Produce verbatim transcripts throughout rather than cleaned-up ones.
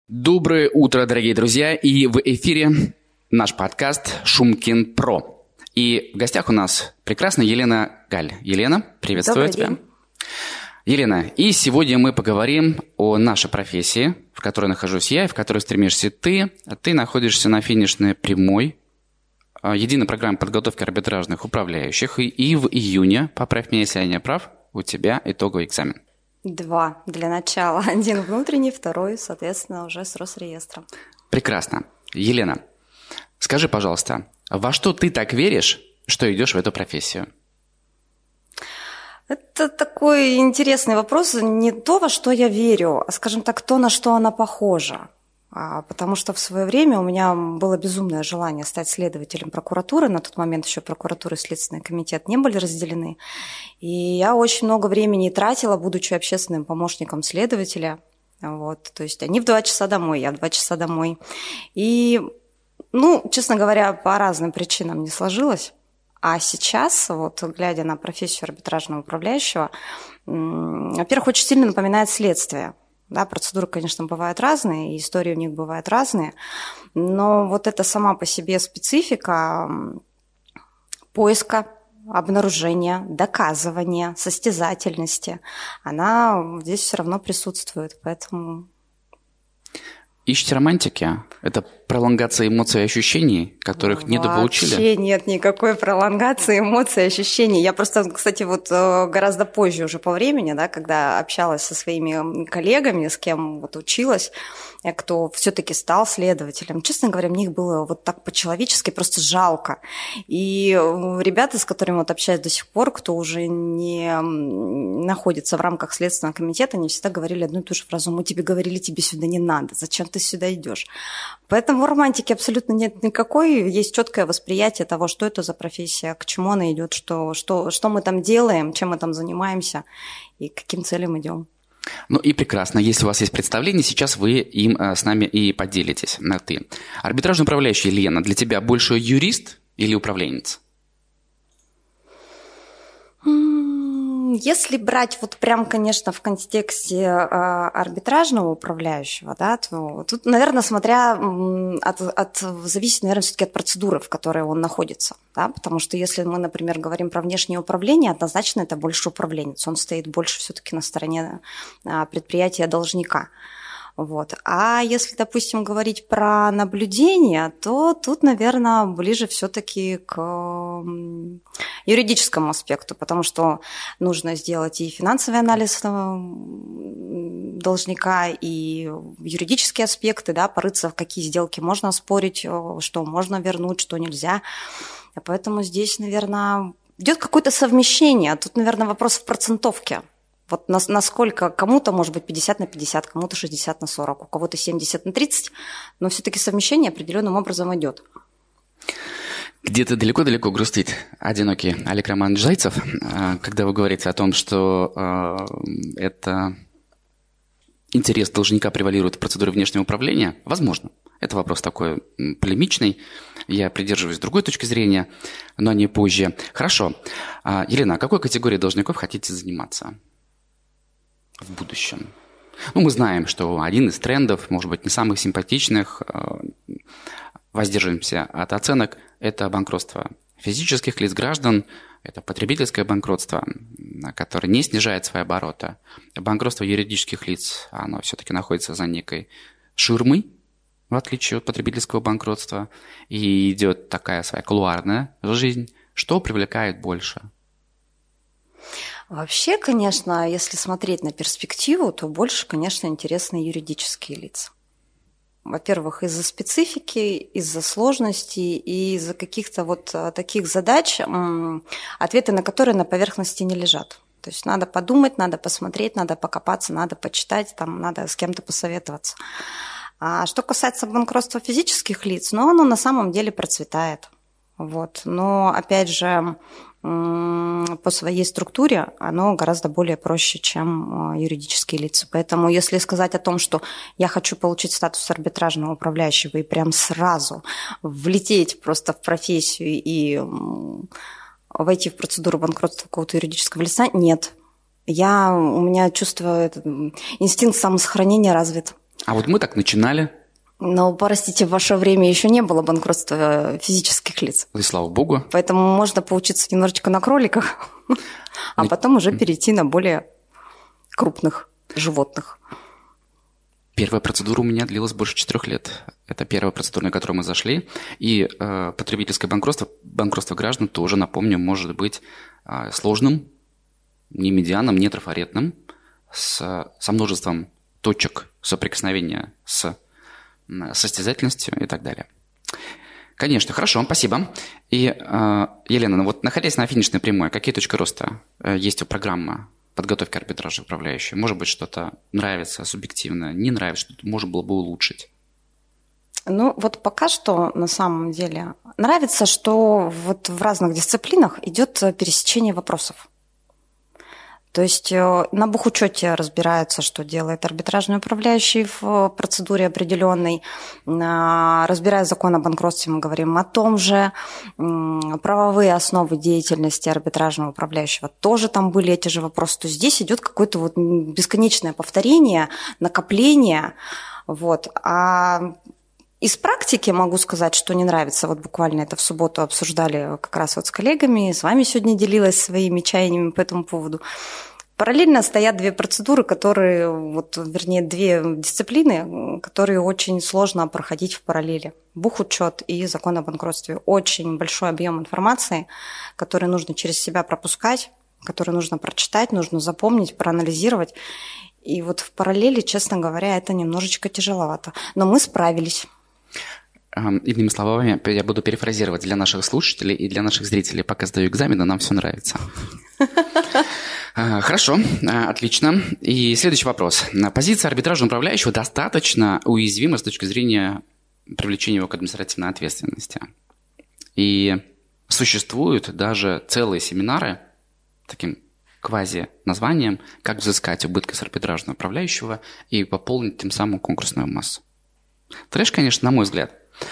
Доброе утро, дорогие друзья, и в эфире наш подкаст «Шумкин Про». И в гостях у нас прекрасная Елена Галь. Елена, приветствую Добрый тебя. день. Елена, и сегодня мы поговорим о нашей профессии, в которой нахожусь я и в которой стремишься ты. Ты находишься на финишной прямой единой программы подготовки арбитражных управляющих, и, и в июне, поправь меня, если я не прав, у тебя итоговый экзамен. Два для начала. Один внутренний, второй, соответственно, уже с Росреестром. Прекрасно. Елена, скажи, пожалуйста, во что ты так веришь, что идешь в эту профессию? Это такой интересный вопрос. Не то, во что я верю, а, скажем так, то, на что она похожа. Потому что в свое время у меня было безумное желание стать следователем прокуратуры. На тот момент еще прокуратура и Следственный комитет не были разделены. И я очень много времени тратила, будучи общественным помощником следователя. Вот. То есть они в два часа домой, я в два часа домой. И, ну, честно говоря, по разным причинам не сложилось. А сейчас, вот, глядя на профессию арбитражного управляющего, во-первых, очень сильно напоминает следствие. Да, процедуры, конечно, бывают разные, и истории у них бывают разные, но вот эта сама по себе специфика поиска, обнаружения, доказывания, состязательности, она здесь все равно присутствует, поэтому... Ищете романтики? Это пролонгация эмоций и ощущений, которых недополучили? Вообще нет никакой пролонгации эмоций и ощущений. Я просто, кстати, вот гораздо позже уже по времени, да, когда общалась со своими коллегами, с кем вот училась, кто все-таки стал следователем. Честно говоря, мне их было вот так по-человечески просто жалко. И ребята, с которыми вот общаюсь до сих пор, кто уже не находится в рамках Следственного комитета, они всегда говорили одну и ту же фразу: мы тебе говорили, тебе сюда не надо, зачем ты сюда идешь? Поэтому романтики абсолютно нет никакой. Есть четкое восприятие того, что это за профессия, к чему она идет, что, что, что мы там делаем, чем мы там занимаемся и к каким целям идем. Ну и прекрасно. Если у вас есть представление, сейчас вы им э, с нами и поделитесь на «ты». Арбитражный управляющий, Лена, для тебя больше юрист или управленец? Если брать вот прям, конечно, в контексте э, арбитражного управляющего, да, то тут, наверное, смотря от, от зависит, наверное, все-таки от процедуры, в которой он находится, да, потому что если мы, например, говорим про внешнее управление, однозначно это больше управленец, он стоит больше все-таки на стороне предприятия должника. Вот. А если, допустим, говорить про наблюдение, то тут, наверное, ближе все-таки к юридическому аспекту, потому что нужно сделать и финансовый анализ должника, и юридические аспекты, да, порыться, в какие сделки можно оспорить, что можно вернуть, что нельзя. Поэтому здесь, наверное, идет какое-то совмещение. Тут, наверное, вопрос в процентовке. Вот насколько кому-то, может быть, пятьдесят на пятьдесят, кому-то шестьдесят на сорок, у кого-то семьдесят на тридцать, но все-таки совмещение определенным образом идет. Где-то далеко-далеко грустит одинокий Олег Романович Зайцев, когда вы говорите о том, что это интерес должника превалирует в процедуре внешнего управления. Возможно. Это вопрос такой полемичный. Я придерживаюсь другой точки зрения, но не позже. Хорошо. Елена, а какой категорией должников хотите заниматься в будущем? Ну, мы знаем, что один из трендов, может быть, не самых симпатичных, воздерживаемся от оценок, это банкротство физических лиц, граждан, это потребительское банкротство, которое не снижает свои обороты. Банкротство юридических лиц, оно все-таки находится за некой ширмой, в отличие от потребительского банкротства, и идет такая своя кулуарная жизнь. Что привлекает больше? Вообще, конечно, если смотреть на перспективу, то больше, конечно, интересны юридические лица. Во-первых, из-за специфики, из-за сложностей и из-за каких-то вот таких задач, ответы на которые на поверхности не лежат. То есть надо подумать, надо посмотреть, надо покопаться, надо почитать, там, надо с кем-то посоветоваться. А что касается банкротства физических лиц, ну, оно на самом деле процветает. Вот. Но, опять же, по своей структуре оно гораздо более проще, чем юридические лица. Поэтому если сказать о том, что я хочу получить статус арбитражного управляющего и прям сразу влететь просто в профессию и войти в процедуру банкротства какого-то юридического лица, нет. Я, у меня чувство, инстинкт самосохранения развит. А вот мы так начинали. Но, простите, в ваше время еще не было банкротства физических лиц. И слава богу. Поэтому можно поучиться немножечко на кроликах, а потом уже перейти на более крупных животных. Первая процедура у меня длилась больше четырех лет. Это первая процедура, на которую мы зашли. И э, потребительское банкротство, банкротство граждан тоже, напомню, может быть э, сложным, не медианным, не трафаретным, с, со множеством точек соприкосновения с состязательностью и так далее. Конечно, хорошо, спасибо. И, э, Елена, ну вот находясь на финишной прямой, какие точки роста э, есть у программы подготовки арбитража управляющей? Может быть, что-то нравится субъективно, не нравится, что-то можно было бы улучшить? Ну, вот пока что на самом деле нравится, что вот в разных дисциплинах идет пересечение вопросов. То есть на бухучете разбираются, что делает арбитражный управляющий в процедуре определенной. Разбирая закон о банкротстве, мы говорим о том же. Правовые основы деятельности арбитражного управляющего тоже там были эти же вопросы. То есть здесь идет какое-то вот бесконечное повторение, накопление. Вот. А из практики могу сказать, что не нравится. Вот буквально это в субботу обсуждали как раз вот с коллегами, с вами сегодня делилась своими чаяниями по этому поводу. Параллельно стоят две процедуры, которые, вот, вернее, две дисциплины, которые очень сложно проходить в параллели. Бухучет и закон о банкротстве. Очень большой объем информации, который нужно через себя пропускать, который нужно прочитать, нужно запомнить, проанализировать. И вот в параллели, честно говоря, это немножечко тяжеловато. Но мы справились. Иными словами, я буду перефразировать для наших слушателей и для наших зрителей. Пока сдаю экзамены, нам все нравится. Хорошо, отлично. И следующий вопрос. Позиция арбитражного управляющего достаточно уязвима с точки зрения привлечения его к административной ответственности. И существуют даже целые семинары, таким квази-названием, как взыскать убытки с арбитражного управляющего и пополнить тем самым конкурсную массу. Трэш, конечно, на мой взгляд.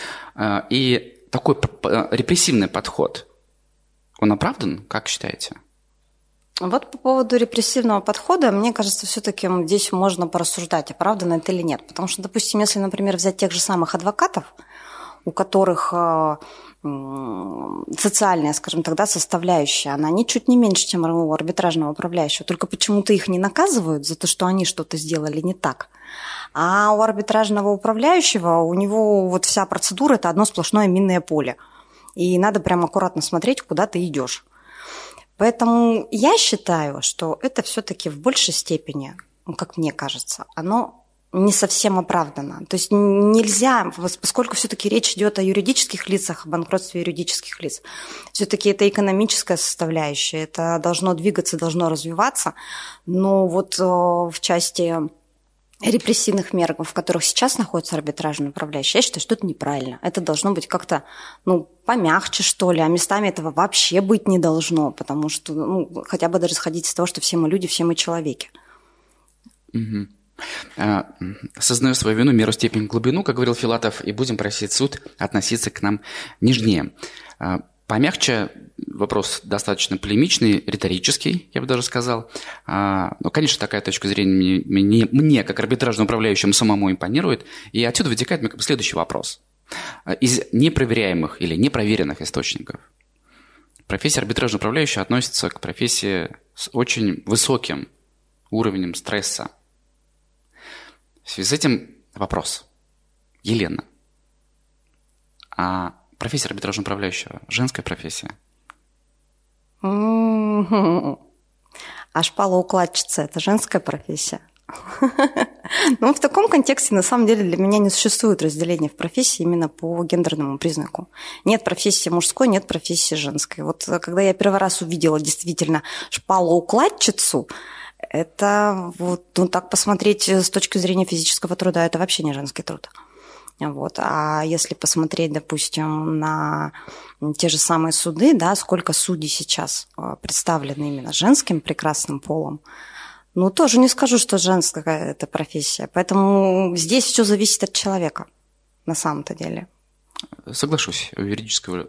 И такой репрессивный подход, он оправдан, как считаете? Вот по поводу репрессивного подхода, мне кажется, все-таки здесь можно порассуждать, оправдано это или нет. Потому что, допустим, если, например, взять тех же самых адвокатов, у которых социальная, скажем так, да, составляющая, она ничуть не меньше, чем у арбитражного управляющего, только почему-то их не наказывают за то, что они что-то сделали не так. А у арбитражного управляющего, у него вот вся процедура – это одно сплошное минное поле. И надо прям аккуратно смотреть, куда ты идешь. Поэтому я считаю, что это все-таки в большей степени, как мне кажется, оно не совсем оправдано. То есть нельзя, поскольку все-таки речь идет о юридических лицах, о банкротстве юридических лиц, все-таки это экономическая составляющая, это должно двигаться, должно развиваться. Но вот в части репрессивных мер, в которых сейчас находится арбитражный управляющий, я считаю, что это неправильно. Это должно быть как-то, ну, помягче, что ли, а местами этого вообще быть не должно, потому что, ну, хотя бы даже сходить с того, что все мы люди, все мы человеки. Угу. Осознаю свою вину, меру, степень, глубину, как говорил Филатов, и будем просить суд относиться к нам нежнее. Помягче вопрос достаточно полемичный, риторический, я бы даже сказал. Но, конечно, такая точка зрения мне, мне как арбитражному управляющему, самому импонирует. И отсюда вытекает следующий вопрос. Из непроверяемых или непроверенных источников профессия арбитражного управляющего относится к профессии с очень высоким уровнем стресса. В связи с этим вопрос. Елена, а профессия арбитражного управляющего – женская профессия? А шпалоукладчица – это женская профессия? Ну, в таком контексте, на самом деле, для меня не существует разделения в профессии именно по гендерному признаку. Нет профессии мужской, нет профессии женской. Вот когда я первый раз увидела действительно шпалоукладчицу, это вот, ну, так посмотреть с точки зрения физического труда, это вообще не женский труд. Вот. А если посмотреть, допустим, на те же самые суды, да, сколько судей сейчас представлены именно женским прекрасным полом, ну, тоже не скажу, что женская это профессия. Поэтому здесь все зависит от человека, на самом-то деле. Соглашусь, у юридического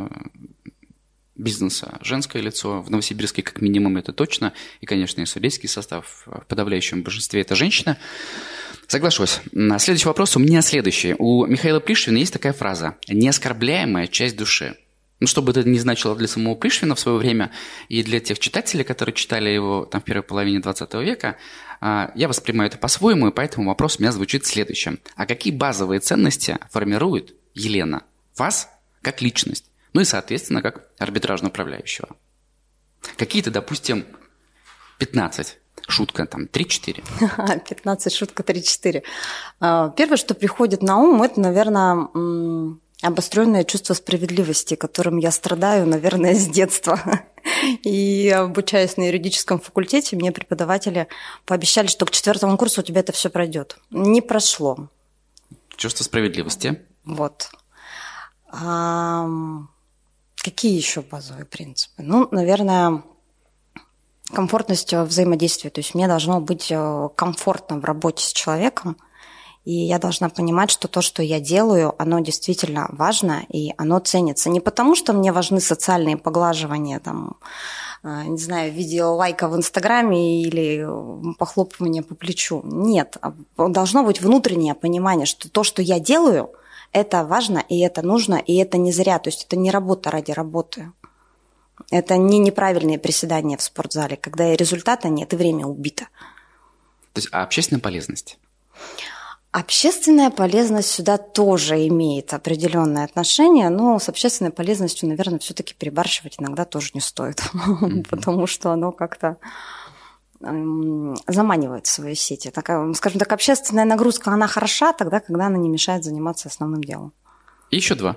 бизнеса женское лицо, в Новосибирске как минимум это точно, и, конечно, и судейский состав в подавляющем большинстве это женщина. Соглашусь. Следующий вопрос у меня следующий. У Михаила Пришвина есть такая фраза «неоскорбляемая часть души». Ну, что бы это ни значило для самого Пришвина в свое время и для тех читателей, которые читали его там в первой половине двадцатого века, я воспринимаю это по-своему, и поэтому вопрос у меня звучит следующим. А какие базовые ценности формирует Елена вас как личность? Ну и, соответственно, как арбитражного управляющего. Какие-то, допустим, пятнадцать. Шутка там три-четыре. пятнадцать, шутка три-четыре. Первое, что приходит на ум, это, наверное, обостренное чувство справедливости, которым я страдаю, наверное, с детства. И обучаясь на юридическом факультете, мне преподаватели пообещали, что к четвертому курсу у тебя это все пройдет. Не прошло. Чувство справедливости. Вот. А какие еще базовые принципы? Ну, наверное, комфортность взаимодействия. То есть мне должно быть комфортно в работе с человеком, и я должна понимать, что то, что я делаю, оно действительно важно, и оно ценится. Не потому, что мне важны социальные поглаживания, там, не знаю, в виде лайка в Инстаграме или похлопывания по плечу. Нет, должно быть внутреннее понимание, что то, что я делаю, это важно, и это нужно, и это не зря. То есть это не работа ради работы. Это не неправильные приседания в спортзале, когда и результата нет, и время убито. То есть а общественная полезность? Общественная полезность сюда тоже имеет определенное отношение, но с общественной полезностью, наверное, все-таки перебарщивать иногда тоже не стоит, mm-hmm. потому что оно как-то эм, заманивает в свои сети. Такая, скажем так, общественная нагрузка, она хороша тогда, когда она не мешает заниматься основным делом. И еще два.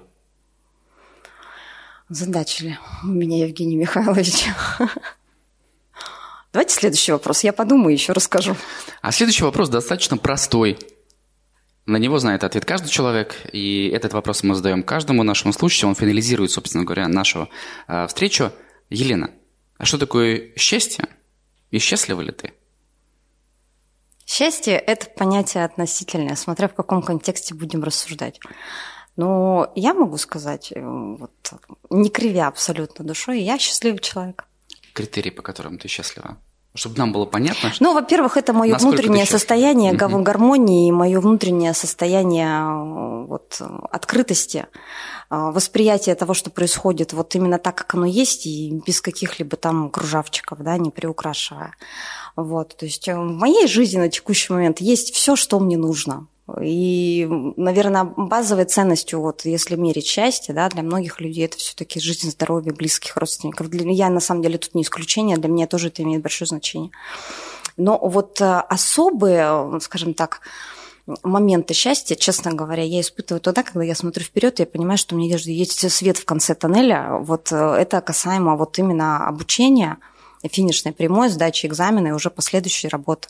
Задачили меня, Евгений Михайлович. Давайте следующий вопрос. Я подумаю и еще расскажу. А следующий вопрос достаточно простой. На него знает ответ каждый человек, и этот вопрос мы задаем каждому нашему слушателю. Он финализирует, собственно говоря, нашу э, встречу. Елена, а что такое счастье? И счастлива ли ты? Счастье – это понятие относительное, смотря в каком контексте будем рассуждать. Но я могу сказать, вот, не кривя абсолютно душой, я счастливый человек. Критерии, по которым ты счастлива? Чтобы нам было понятно, что... Ну, во-первых, это мое внутреннее состояние mm-hmm. гармонии, мое внутреннее состояние вот, открытости, восприятие того, что происходит вот именно так, как оно есть, и без каких-либо там кружавчиков, да, не приукрашивая. Вот, то есть в моей жизни на текущий момент есть все, что мне нужно. И, наверное, базовой ценностью, вот, если мерить счастье, да, для многих людей это все-таки жизнь, здоровье, близких родственников. Для меня, на самом деле, тут не исключение, для меня тоже это имеет большое значение. Но вот особые, скажем так, моменты счастья, честно говоря, я испытываю тогда, когда я смотрю вперед, и я понимаю, что у меня есть свет в конце тоннеля. Вот это касаемо вот именно обучения, финишной прямой, сдачи экзамена и уже последующей работы.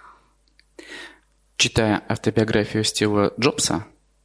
Читая автобиографию Стива Джобса,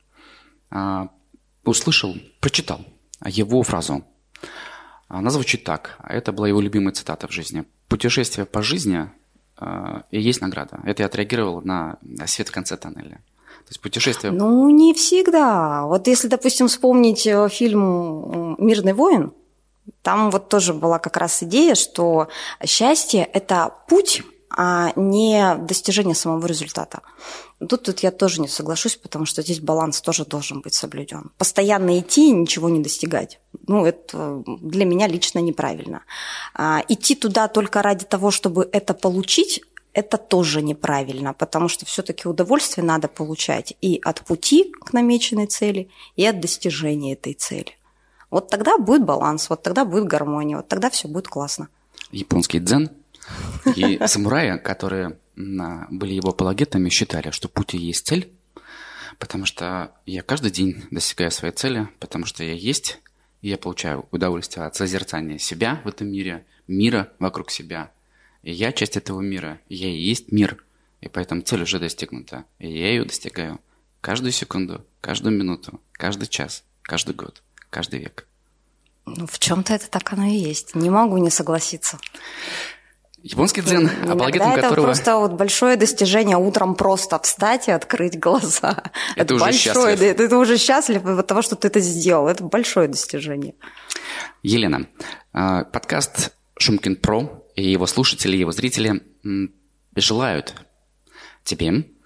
услышал, прочитал его фразу. Она звучит так. Это была его любимая цитата в жизни. «Путешествие по жизни и есть награда». Это я отреагировал на свет в конце тоннеля. То есть путешествие... Ну, не всегда. Вот если, допустим, вспомнить фильм «Мирный воин», там вот тоже была как раз идея, что счастье – это путь, а не достижение самого результата. Тут, тут я тоже не соглашусь, потому что здесь баланс тоже должен быть соблюден. Постоянно идти и ничего не достигать. Ну, это для меня лично неправильно. А, идти туда только ради того, чтобы это получить, это тоже неправильно, потому что все-таки удовольствие надо получать и от пути к намеченной цели, и от достижения этой цели. Вот тогда будет баланс, вот тогда будет гармония, вот тогда все будет классно. Японский дзен. И самураи, которые были его апологетами, считали, что путь и есть цель, потому что я каждый день достигаю своей цели, потому что я есть, и я получаю удовольствие от созерцания себя в этом мире, мира вокруг себя. И я часть этого мира, я и есть мир, и поэтому цель уже достигнута, и я ее достигаю каждую секунду, каждую минуту, каждый час, каждый год, каждый век. Ну, в чем-то это так оно и есть. Не могу не согласиться. Японский дзен, апологетом это которого... это просто вот большое достижение утром просто встать и открыть глаза. Это, это уже большое, счастлив. Это, это уже счастлив от того, что ты это сделал. Это большое достижение. Елена, подкаст Шумкин Про и его слушатели, его зрители желают тебе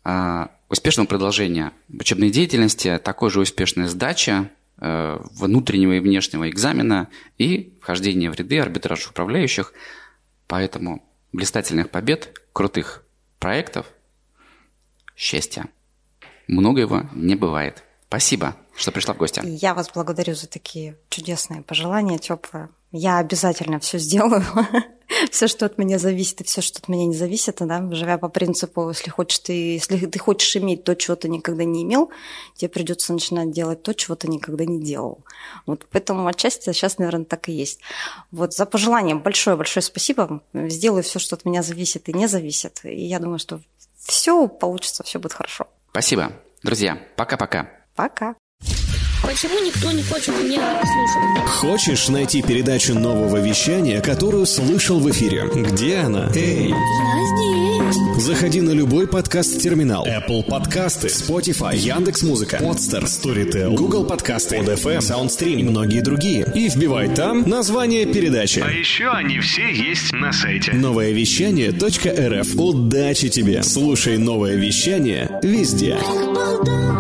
успешного продолжения учебной деятельности, такой же успешной сдачи внутреннего и внешнего экзамена и вхождения в ряды арбитражных управляющих. Поэтому блистательных побед, крутых проектов, счастья. Много его не бывает. Спасибо, что пришла в гости. Я вас благодарю за такие чудесные пожелания, теплые. Я обязательно все сделаю. Все, что от меня зависит, и все, что от меня не зависит, да, живя по принципу, если хочешь ты, если ты хочешь иметь то, чего ты никогда не имел, тебе придется начинать делать то, чего ты никогда не делал. Вот поэтому отчасти сейчас, наверное, так и есть. Вот за пожелание большое-большое спасибо. Сделаю все, что от меня зависит и не зависит. И я думаю, что все получится, все будет хорошо. Спасибо. Друзья, пока-пока. Пока. Почему никто не хочет меня слушать? Хочешь найти передачу нового вещания, которую слышал в эфире? Где она? Эй! Я здесь. Заходи на любой подкаст-терминал. Apple подкасты, Spotify, Яндекс.Музыка, Podster, Storytel, Google подкасты, Pod эф эм, Soundstream и многие другие. И вбивай там название передачи. А еще они все есть на сайте. новое вещание точка эр эф. Удачи тебе! Слушай новое вещание везде. Балда.